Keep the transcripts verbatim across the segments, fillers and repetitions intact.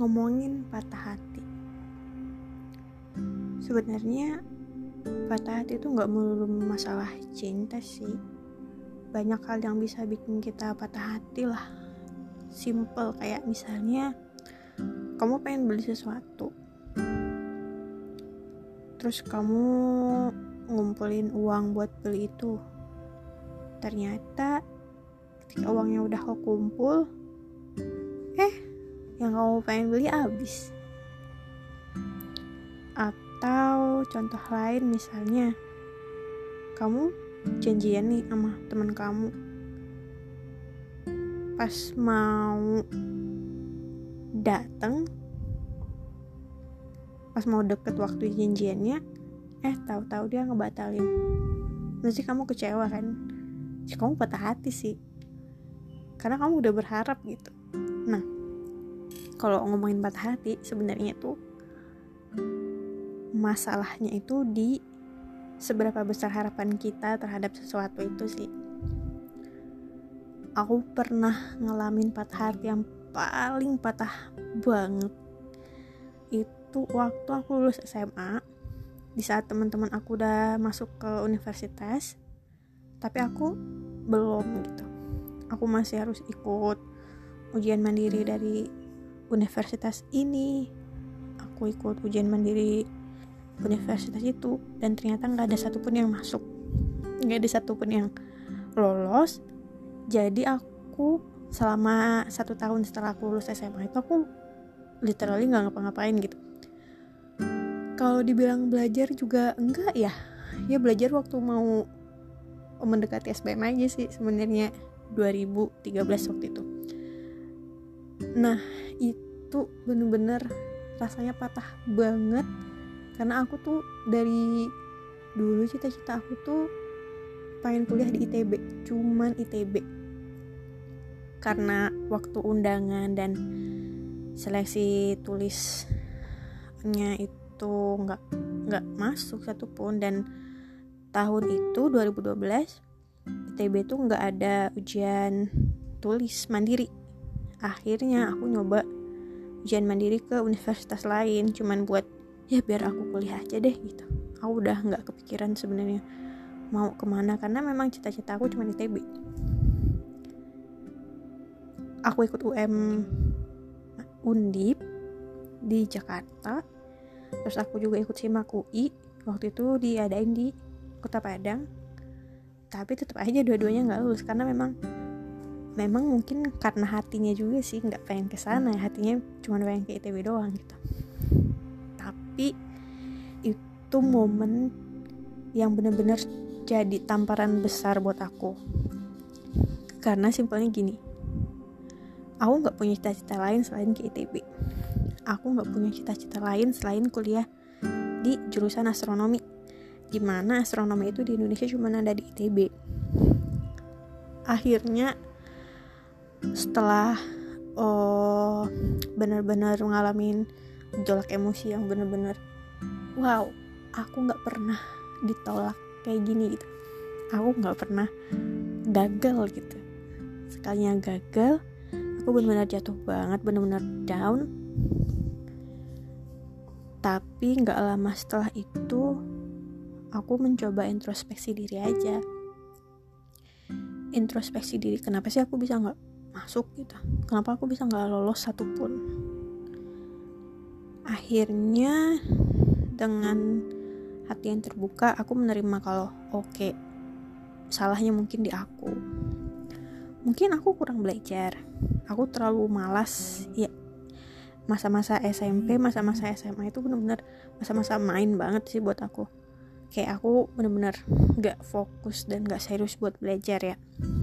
ngomongin patah hati. Sebenarnya patah hati itu gak melulu masalah cinta sih. Banyak hal yang bisa bikin kita patah hati lah. Simple kayak misalnya kamu pengen beli sesuatu, terus kamu ngumpulin uang buat beli itu. Ternyata ketika uangnya udah kekumpul, eh yang kamu pengen beli habis. Atau contoh lain misalnya kamu janjian nih sama teman kamu, pas mau datang, pas mau deket waktu janjiannya, eh tahu-tahu dia ngebatalin. Pasti kamu kecewa kan? Ya, kamu patah hati sih, karena kamu udah berharap gitu. Nah, kalau ngomongin patah hati, sebenarnya tuh masalahnya itu di seberapa besar harapan kita terhadap sesuatu itu sih. Aku pernah ngalamin patah hati yang paling patah banget itu waktu aku lulus S M A, di saat teman-teman aku udah masuk ke universitas, tapi aku belum gitu. Aku masih harus ikut ujian mandiri dari universitas ini, aku ikut ujian mandiri universitas itu, dan ternyata nggak ada satupun yang masuk, nggak ada satupun yang lolos. Jadi aku selama satu tahun setelah aku lulus S M A itu aku literally nggak ngapa-ngapain gitu. Kalau dibilang belajar juga enggak ya, ya belajar waktu mau mendekati S B M aja sih sebenarnya, dua ribu tiga belas waktu itu. Nah itu bener-bener rasanya patah banget, karena aku tuh dari dulu cita-cita aku tuh pengen kuliah di I T B, cuman I T B. Karena waktu undangan dan seleksi tulisnya itu nggak nggak masuk satupun, dan tahun itu dua ribu dua belas I T B tuh nggak ada ujian tulis mandiri. Akhirnya aku nyoba ujian mandiri ke universitas lain, cuman buat ya biar aku kuliah aja deh gitu. Aku udah nggak kepikiran sebenarnya mau kemana, karena memang cita-cita aku cuma I T B. Aku ikut U M Undip di Jakarta, terus aku juga ikut SIMAK U I, waktu itu diadain di Kota Padang, tapi tetap aja dua-duanya nggak lulus, karena memang memang mungkin karena hatinya juga sih nggak pengen kesana, hatinya cuma pengen ke I T B doang gitu. Tapi itu momen yang benar-benar jadi tamparan besar buat aku, karena simpelnya gini, aku nggak punya cita-cita lain selain ke I T B. Aku nggak punya cita-cita lain selain kuliah di jurusan astronomi, dimana astronomi itu di Indonesia cuma ada di I T B. Akhirnya setelah oh, benar-benar ngalamin gejolak emosi yang benar-benar wow, aku nggak pernah ditolak kayak gini gitu. Aku nggak pernah gagal gitu. Sekalinya gagal, aku benar-benar jatuh banget, benar-benar down. Tapi nggak lama setelah itu, aku mencoba introspeksi diri aja. Introspeksi diri, kenapa sih aku bisa nggak masuk gitu? Kenapa aku bisa nggak lolos satupun? Akhirnya dengan hati yang terbuka, aku menerima kalau oke, okay, salahnya mungkin di aku. Mungkin aku kurang belajar, aku terlalu malas ya. Masa-masa S M P, masa-masa S M A itu benar-benar masa-masa main banget sih buat aku. Kayak aku benar-benar gak fokus dan gak serius buat belajar ya.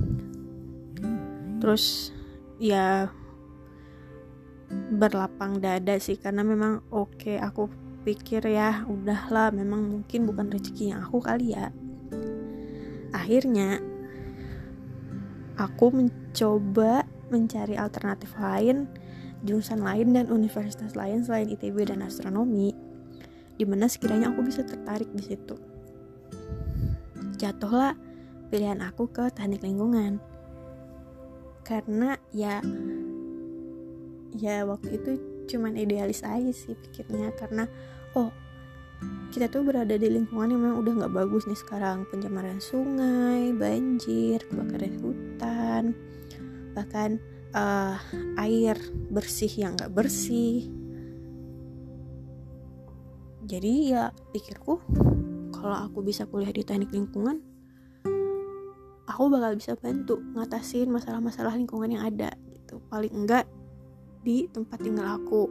Terus ya berlapang dada sih, karena memang oke okay, aku pikir ya udahlah, memang mungkin bukan rezekinya aku kali ya. Akhirnya aku mencoba mencari alternatif lain, jurusan lain dan universitas lain selain I T B dan astronomi, dimana sekiranya aku bisa tertarik di situ. Jatuhlah pilihan aku ke teknik lingkungan, karena ya ya waktu itu cuman idealis aja sih pikirnya, karena oh kita tuh berada di lingkungan yang memang udah nggak bagus nih sekarang, pencemaran sungai, banjir, kebakaran hutan, bahkan uh, air bersih yang nggak bersih. Jadi ya pikirku kalau aku bisa kuliah di teknik lingkungan, aku bakal bisa bantu ngatasin masalah-masalah lingkungan yang ada gitu, paling enggak di tempat tinggal aku.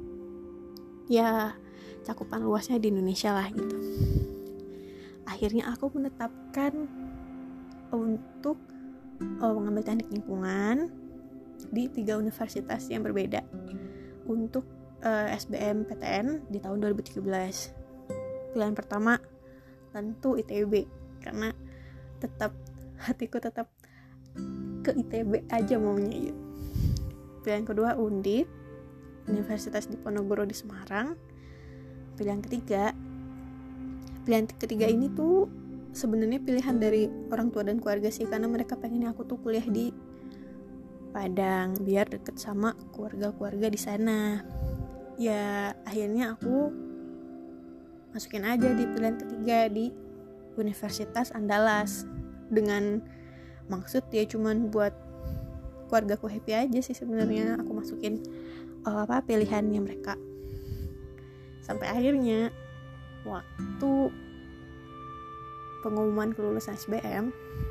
Ya cakupan luasnya di Indonesia lah gitu. Akhirnya aku menetapkan untuk oh, mengambil teknik lingkungan di tiga universitas yang berbeda untuk uh, S B M P T N di tahun dua ribu tiga belas. Pilihan pertama tentu I T B, karena tetap hatiku tetap ke I T B aja maunya gitu. Pilihan kedua Undip, Universitas Diponegoro di Semarang. Pilihan ketiga, pilihan ketiga ini tuh sebenarnya pilihan dari orang tua dan keluarga sih, karena mereka pengen aku tuh kuliah di Padang biar deket sama keluarga-keluarga di sana. Ya akhirnya aku masukin aja di pilihan ketiga di Universitas Andalas, dengan maksud ya cuman buat keluargaku happy aja sih sebenarnya aku masukin uh, apa pilihannya mereka. Sampai akhirnya waktu pengumuman kelulusan S B M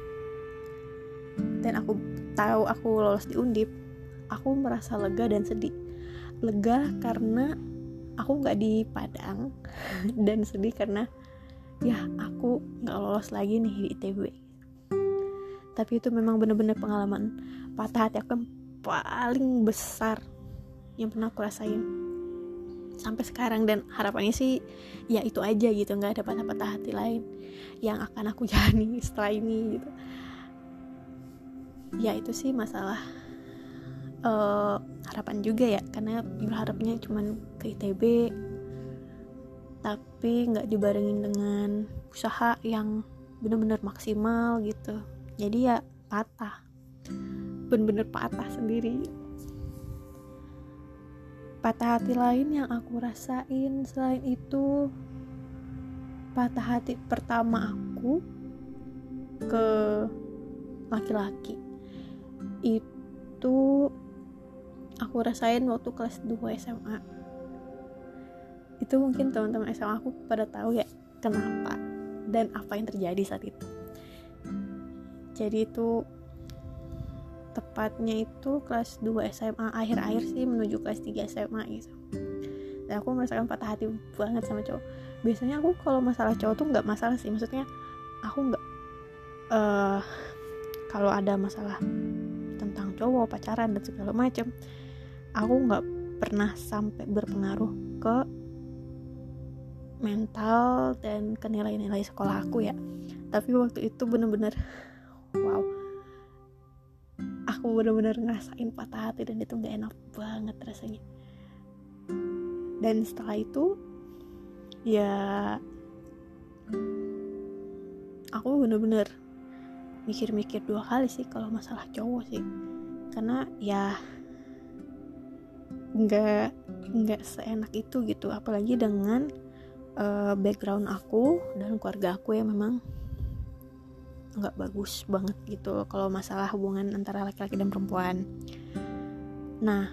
dan aku tahu aku lolos di Undip, aku merasa lega dan sedih. Lega karena aku nggak di Padang dan sedih karena ya aku nggak lolos lagi nih di I T B. Tapi itu memang benar-benar pengalaman patah hati aku yang paling besar yang pernah aku rasain sampai sekarang, dan harapannya sih ya itu aja gitu, nggak ada patah-patah hati lain yang akan aku jalani setelah ini gitu. Ya itu sih masalah uh, harapan juga ya, karena berharapnya cuman ke I T B tapi nggak dibarengin dengan usaha yang benar-benar maksimal gitu. Jadi ya patah, benar-benar patah sendiri. Patah hati lain yang aku rasain selain itu, patah hati pertama aku ke laki-laki itu aku rasain waktu kelas dua S M A. Itu mungkin teman-teman S M A aku pada tahu ya kenapa dan apa yang terjadi saat itu. Jadi itu tepatnya itu kelas dua S M A akhir-akhir sih menuju kelas tiga S M A gitu. Dan aku merasakan patah hati banget sama cowok. Biasanya aku kalau masalah cowok tuh nggak masalah sih, maksudnya aku nggak uh, kalau ada masalah tentang cowok, pacaran dan segala macam, aku nggak pernah sampai berpengaruh ke mental dan ke nilai-nilai sekolah aku ya. Tapi waktu itu benar-benar wow, aku benar-benar ngerasain patah hati dan itu nggak enak banget rasanya. Dan setelah itu ya aku benar-benar mikir-mikir dua kali sih kalau masalah cowok sih, karena ya nggak nggak seenak itu gitu, apalagi dengan uh, background aku dan keluarga aku yang memang nggak bagus banget gitu kalau masalah hubungan antara laki-laki dan perempuan. Nah,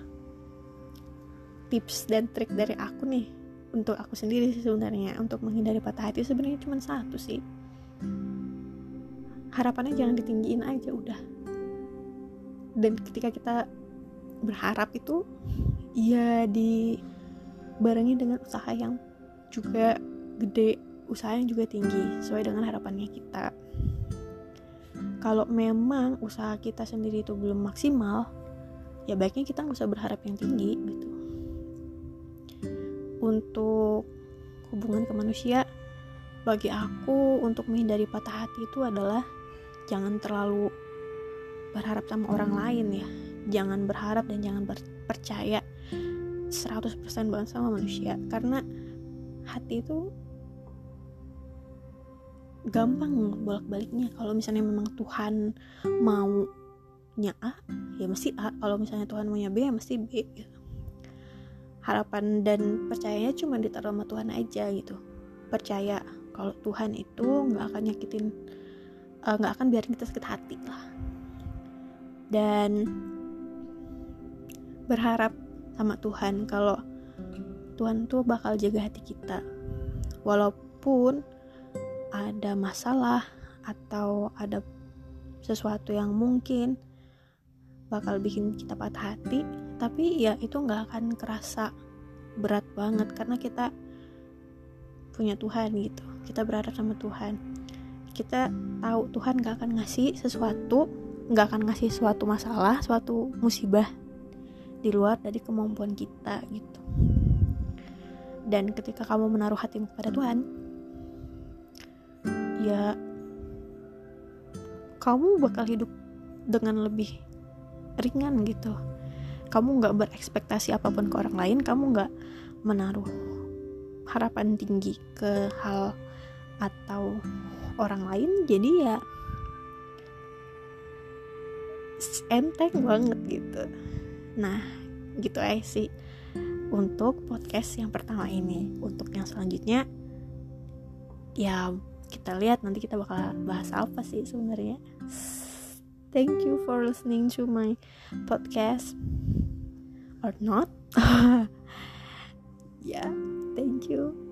tips dan trik dari aku nih untuk aku sendiri sih sebenarnya untuk menghindari patah hati sebenarnya cuma satu sih. Harapannya jangan ditinggiin aja udah. Dan ketika kita berharap itu ya dibarengi dengan usaha yang juga gede, usaha yang juga tinggi sesuai dengan harapannya kita. Kalau memang usaha kita sendiri itu belum maksimal, ya baiknya kita nggak usah berharap yang tinggi gitu. Untuk hubungan ke manusia, bagi aku untuk menghindari patah hati itu adalah jangan terlalu berharap sama orang lain ya. Jangan berharap dan jangan percaya seratus persen banget sama manusia, karena hati itu gampang bolak-baliknya. Kalau misalnya memang Tuhan maunya A, ya mesti A. Kalau misalnya Tuhan maunya B, ya mesti B gitu. harapan dan percayanya cuma ditaruh sama Tuhan aja gitu. Percaya kalau Tuhan itu nggak akan nyakitin, nggak uh, akan biarin kita sakit hati lah, dan berharap sama Tuhan kalau Tuhan tuh bakal jaga hati kita walaupun ada masalah atau ada sesuatu yang mungkin bakal bikin kita patah hati, tapi ya itu nggak akan kerasa berat banget karena kita punya Tuhan gitu. Kita berharap sama Tuhan, kita tahu Tuhan nggak akan ngasih sesuatu, nggak akan ngasih suatu masalah, suatu musibah di luar dari kemampuan kita gitu. Dan ketika kamu menaruh hatimu kepada Tuhan, ya kamu bakal hidup dengan lebih ringan gitu. Kamu gak berekspektasi apapun ke orang lain, kamu gak menaruh harapan tinggi ke hal atau orang lain, jadi ya enteng banget gitu. Nah gitu aja sih untuk podcast yang pertama ini. Untuk yang selanjutnya ya kita lihat nanti kita bakal bahas apa sih sebenarnya. Thank you for listening to my podcast or not. Yeah, thank you.